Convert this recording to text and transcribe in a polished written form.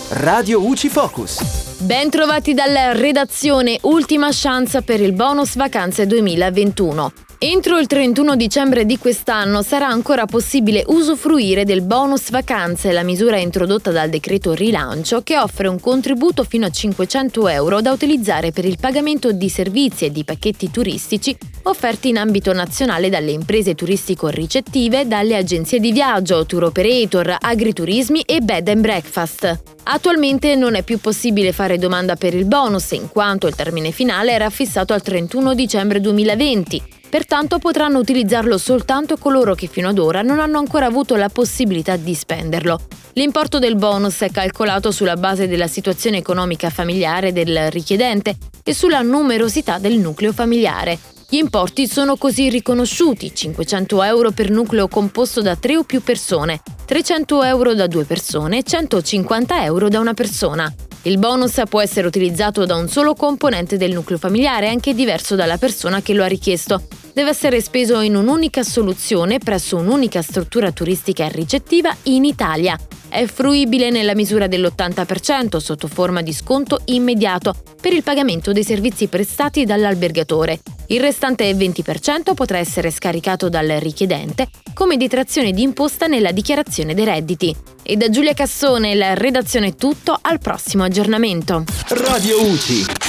Radio UCI Focus. Ben trovati dalla redazione, ultima chance per il bonus vacanze 2021. Entro il 31 dicembre di quest'anno sarà ancora possibile usufruire del bonus vacanze, la misura introdotta dal decreto rilancio che offre un contributo fino a 500 euro da utilizzare per il pagamento di servizi e di pacchetti turistici offerti in ambito nazionale dalle imprese turistico-ricettive, dalle agenzie di viaggio, tour operator, agriturismi e bed and breakfast. Attualmente non è più possibile fare domanda per il bonus in quanto il termine finale era fissato al 31 dicembre 2020. Pertanto potranno utilizzarlo soltanto coloro che fino ad ora non hanno ancora avuto la possibilità di spenderlo. L'importo del bonus è calcolato sulla base della situazione economica familiare del richiedente e sulla numerosità del nucleo familiare. Gli importi sono così riconosciuti: 500 euro per nucleo composto da 3 o più persone, 300 euro da 2 persone e 150 euro da una persona. Il bonus può essere utilizzato da un solo componente del nucleo familiare, anche diverso dalla persona che lo ha richiesto. Deve essere speso in un'unica soluzione presso un'unica struttura turistica e ricettiva in Italia. È fruibile nella misura dell'80% sotto forma di sconto immediato per il pagamento dei servizi prestati dall'albergatore. Il restante 20% potrà essere scaricato dal richiedente come detrazione di imposta nella dichiarazione dei redditi. E da Giulia Cassone, la redazione è tutto, al prossimo aggiornamento. Radio UCI.